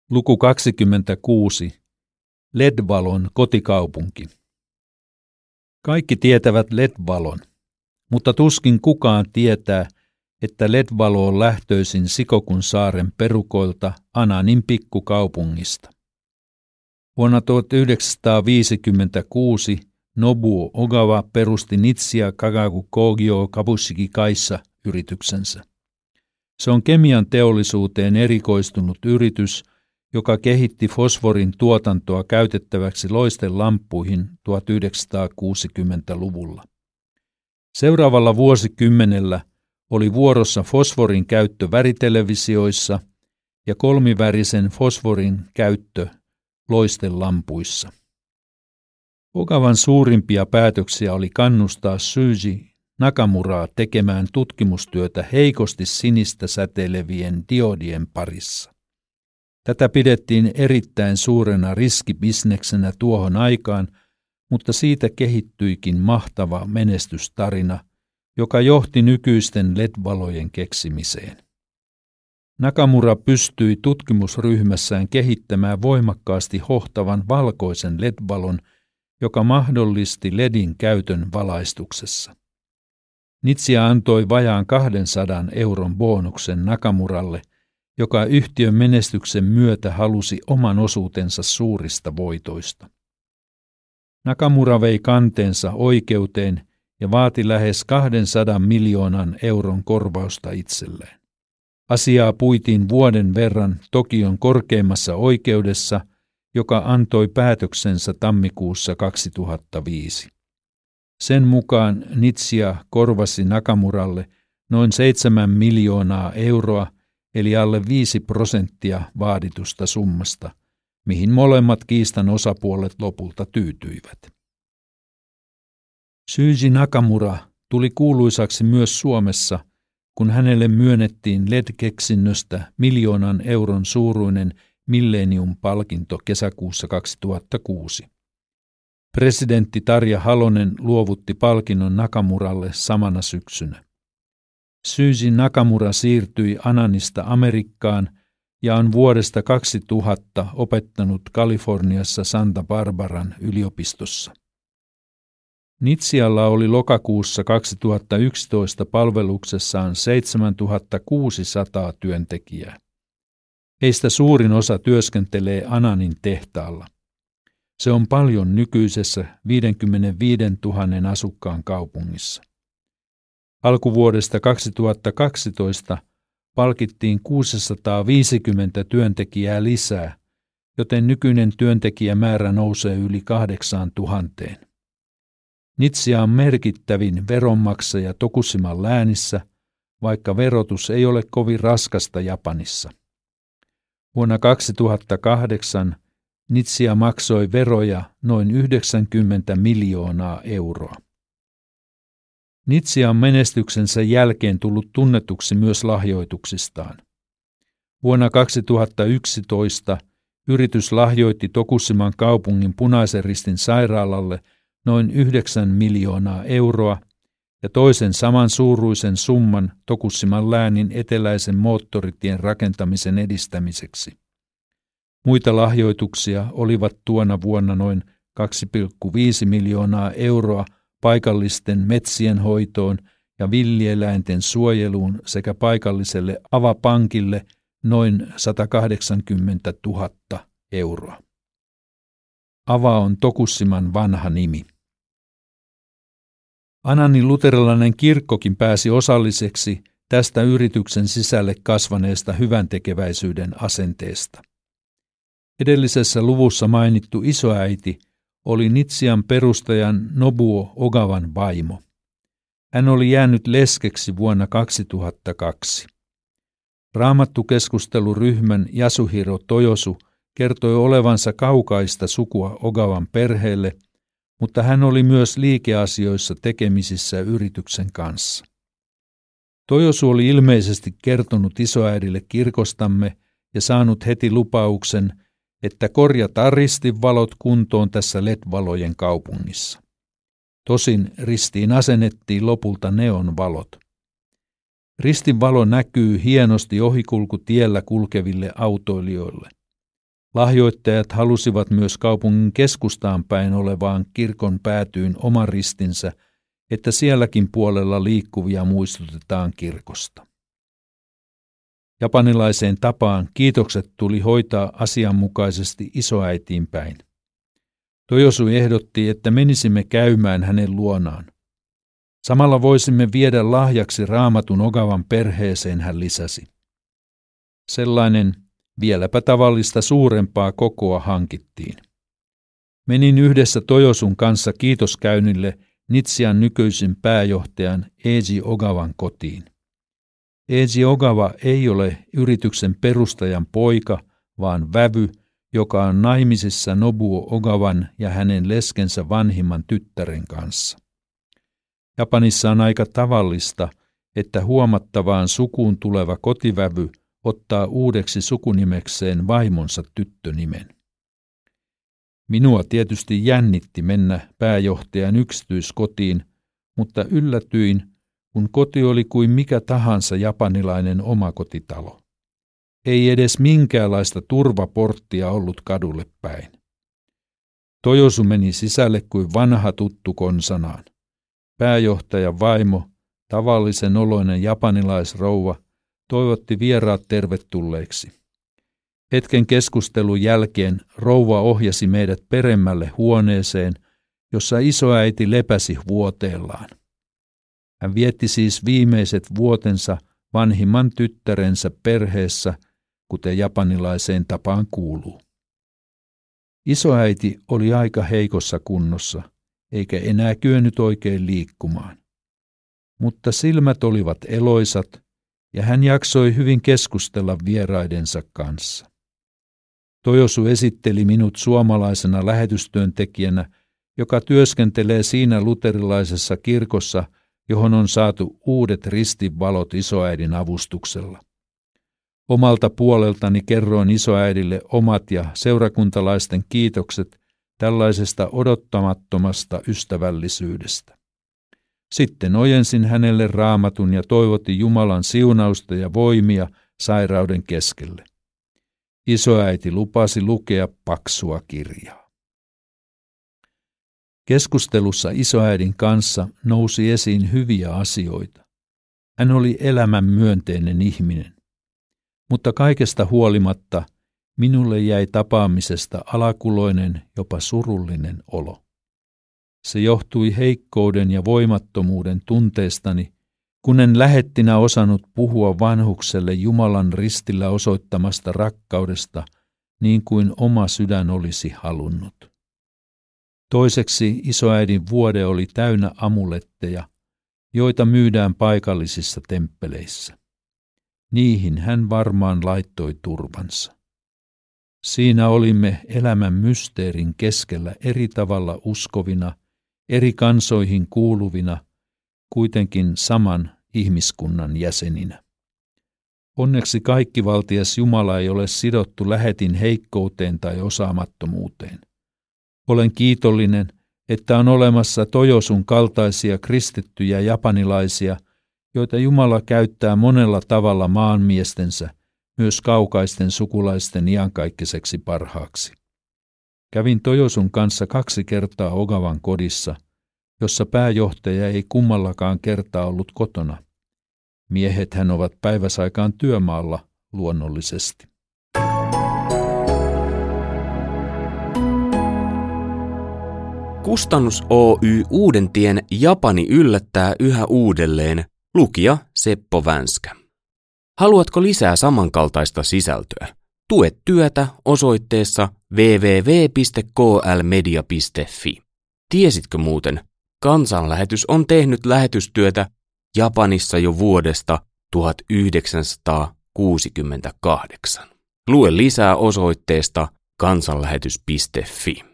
Luku 26. LED-valon kotikaupunki. Kaikki tietävät LED-valon, mutta tuskin kukaan tietää, että LED-valo on lähtöisin Sikokun saaren perukoilta Ananin pikkukaupungista. Vuonna 1956 Nobuo Ogawa perusti Nitsija Kagaku Kogyo Kabushiki Kaissa yrityksensä. Se on kemian teollisuuteen erikoistunut yritys, joka kehitti fosforin tuotantoa käytettäväksi loistelamppuihin 1960-luvulla. Seuraavalla vuosikymmenellä oli vuorossa fosforin käyttö väritelevisioissa ja kolmivärisen fosforin käyttö loistelampuissa. Ogawan suurimpia päätöksiä oli kannustaa Shuji Nakamuraa tekemään tutkimustyötä heikosti sinistä säteilevien diodien parissa. Tätä pidettiin erittäin suurena riskibisneksenä tuohon aikaan, mutta siitä kehittyikin mahtava menestystarina, joka johti nykyisten LED-valojen keksimiseen. Nakamura pystyi tutkimusryhmässään kehittämään voimakkaasti hohtavan valkoisen LED-valon, joka mahdollisti LEDin käytön valaistuksessa. Nitsija antoi vajaan 200 euron bonuksen Nakamuralle, joka yhtiön menestyksen myötä halusi oman osuutensa suurista voitoista. Nakamura vei kanteensa oikeuteen ja vaati lähes 200 miljoonan euron korvausta itselleen. Asiaa puitiin vuoden verran Tokion korkeimmassa oikeudessa, joka antoi päätöksensä tammikuussa 2005. Sen mukaan Nitsija korvasi Nakamuralle noin 7 miljoonaa euroa, eli alle 5% vaaditusta summasta, mihin molemmat kiistan osapuolet lopulta tyytyivät. Shuji Nakamura tuli kuuluisaksi myös Suomessa, kun hänelle myönnettiin LED-keksinnöstä 1 miljoonan euron suuruinen Millennium-palkinto kesäkuussa 2006. Presidentti Tarja Halonen luovutti palkinnon Nakamuralle samana syksynä. Shuji Nakamura siirtyi Ananista Amerikkaan ja on vuodesta 2000 opettanut Kaliforniassa Santa Barbaran yliopistossa. Nitsijalla oli lokakuussa 2011 palveluksessaan 7600 työntekijää. Heistä suurin osa työskentelee Ananin tehtaalla. Se on paljon nykyisessä 55 000 asukkaan kaupungissa. Alkuvuodesta 2012 palkittiin 650 työntekijää lisää, joten nykyinen työntekijämäärä nousee yli 8000. Nitsija on merkittävin veronmaksaja Tokushiman läänissä, vaikka verotus ei ole kovin raskasta Japanissa. Vuonna 2008 Nitsija maksoi veroja noin 90 miljoonaa euroa. Nitsija on menestyksensä jälkeen tullut tunnetuksi myös lahjoituksistaan. Vuonna 2011 yritys lahjoitti Tokushiman kaupungin Punaisen Ristin sairaalalle noin 9 miljoonaa euroa ja toisen saman suuruisen summan Tokushiman läänin eteläisen moottoritien rakentamisen edistämiseksi. Muita lahjoituksia olivat tuona vuonna noin 2,5 miljoonaa euroa paikallisten metsien hoitoon ja villieläinten suojeluun sekä paikalliselle Avapankille noin 180 000 euroa. Ava on Tokushiman vanha nimi. Ananin luterilainen kirkkokin pääsi osalliseksi tästä yrityksen sisälle kasvaneesta hyväntekeväisyyden asenteesta. Edellisessä luvussa mainittu isoäiti oli Nitsijan perustajan Nobuo Ogawan vaimo. Hän oli jäänyt leskeksi vuonna 2002. Raamattukeskusteluryhmän Yasuhiro Toyosu kertoi olevansa kaukaista sukua Ogawan perheelle, mutta hän oli myös liikeasioissa tekemisissä yrityksen kanssa. Toyosu oli ilmeisesti kertonut isoäidille kirkostamme ja saanut heti lupauksen, että korjataan ristinvalot kuntoon tässä LED-valojen kaupungissa. Tosin ristiin asennettiin lopulta neonvalot. Ristinvalo näkyy hienosti ohikulkutiellä kulkeville autoilijoille. Lahjoittajat halusivat myös kaupungin keskustaan päin olevaan kirkon päätyyn oman ristinsä, että sielläkin puolella liikkuvia muistutetaan kirkosta. Japanilaiseen tapaan kiitokset tuli hoitaa asianmukaisesti isoäitiin päin. Toyosu ehdotti, että menisimme käymään hänen luonaan. Samalla voisimme viedä lahjaksi Raamatun Ogawan perheeseen, hän lisäsi. Sellainen vieläpä tavallista suurempaa kokoa hankittiin. Menin yhdessä Toyosun kanssa kiitoskäynnille Nitsian nykyisin pääjohtajan Eiji Ogawan kotiin. Eiji Ogawa ei ole yrityksen perustajan poika, vaan vävy, joka on naimisissa Nobuo Ogawan ja hänen leskensä vanhimman tyttären kanssa. Japanissa on aika tavallista, että huomattavaan sukuun tuleva kotivävy ottaa uudeksi sukunimekseen vaimonsa tyttönimen. Minua tietysti jännitti mennä pääjohtajan yksityiskotiin, mutta yllätyin, kun koti oli kuin mikä tahansa japanilainen omakotitalo. Ei edes minkäänlaista turvaporttia ollut kadulle päin. Toyosu meni sisälle kuin vanha tuttu konsanaan. Pääjohtajan vaimo, tavallisen oloinen japanilaisrouva, toivotti vieraat tervetulleiksi. Hetken keskustelun jälkeen rouva ohjasi meidät peremmälle huoneeseen, jossa isoäiti lepäsi vuoteellaan. Hän vietti siis viimeiset vuotensa vanhimman tyttärensä perheessä, kuten japanilaiseen tapaan kuuluu. Isoäiti oli aika heikossa kunnossa, eikä enää kyennyt oikein liikkumaan. Mutta silmät olivat eloisat, ja hän jaksoi hyvin keskustella vieraidensa kanssa. Toyosu esitteli minut suomalaisena lähetystyöntekijänä, joka työskentelee siinä luterilaisessa kirkossa, johon on saatu uudet ristinvalot isoäidin avustuksella. Omalta puoleltani kerroin isoäidille omat ja seurakuntalaisten kiitokset tällaisesta odottamattomasta ystävällisyydestä. Sitten ojensin hänelle Raamatun ja toivotin Jumalan siunausta ja voimia sairauden keskelle. Isoäiti lupasi lukea paksua kirjaa. Keskustelussa isoäidin kanssa nousi esiin hyviä asioita. Hän oli elämän myönteinen ihminen. Mutta kaikesta huolimatta minulle jäi tapaamisesta alakuloinen, jopa surullinen olo. Se johtui heikkouden ja voimattomuuden tunteestani, kun en lähettinä osannut puhua vanhukselle Jumalan ristillä osoittamasta rakkaudesta, niin kuin oma sydän olisi halunnut. Toiseksi isoäidin vuode oli täynnä amuletteja, joita myydään paikallisissa temppeleissä. Niihin hän varmaan laittoi turvansa. Siinä olimme elämän mysteerin keskellä eri tavalla uskovina, eri kansoihin kuuluvina, kuitenkin saman ihmiskunnan jäseninä. Onneksi kaikkivaltias Jumala ei ole sidottu lähetin heikkouteen tai osaamattomuuteen. Olen kiitollinen, että on olemassa Toyosun kaltaisia kristittyjä japanilaisia, joita Jumala käyttää monella tavalla maanmiestensä, myös kaukaisten sukulaisten iankaikkiseksi parhaaksi. Kävin Toyosun kanssa 2 kertaa Ogawan kodissa, jossa pääjohtaja ei kummallakaan kertaa ollut kotona. Miehethän ovat päiväsaikaan työmaalla luonnollisesti. Kustannus Oy Uudentien Japani yllättää yhä uudelleen. Lukija Seppo Vänskä. Haluatko lisää samankaltaista sisältöä? Tue työtä osoitteessa www.klmedia.fi. Tiesitkö muuten, Kansanlähetys on tehnyt lähetystyötä Japanissa jo vuodesta 1968. Lue lisää osoitteesta kansanlähetys.fi.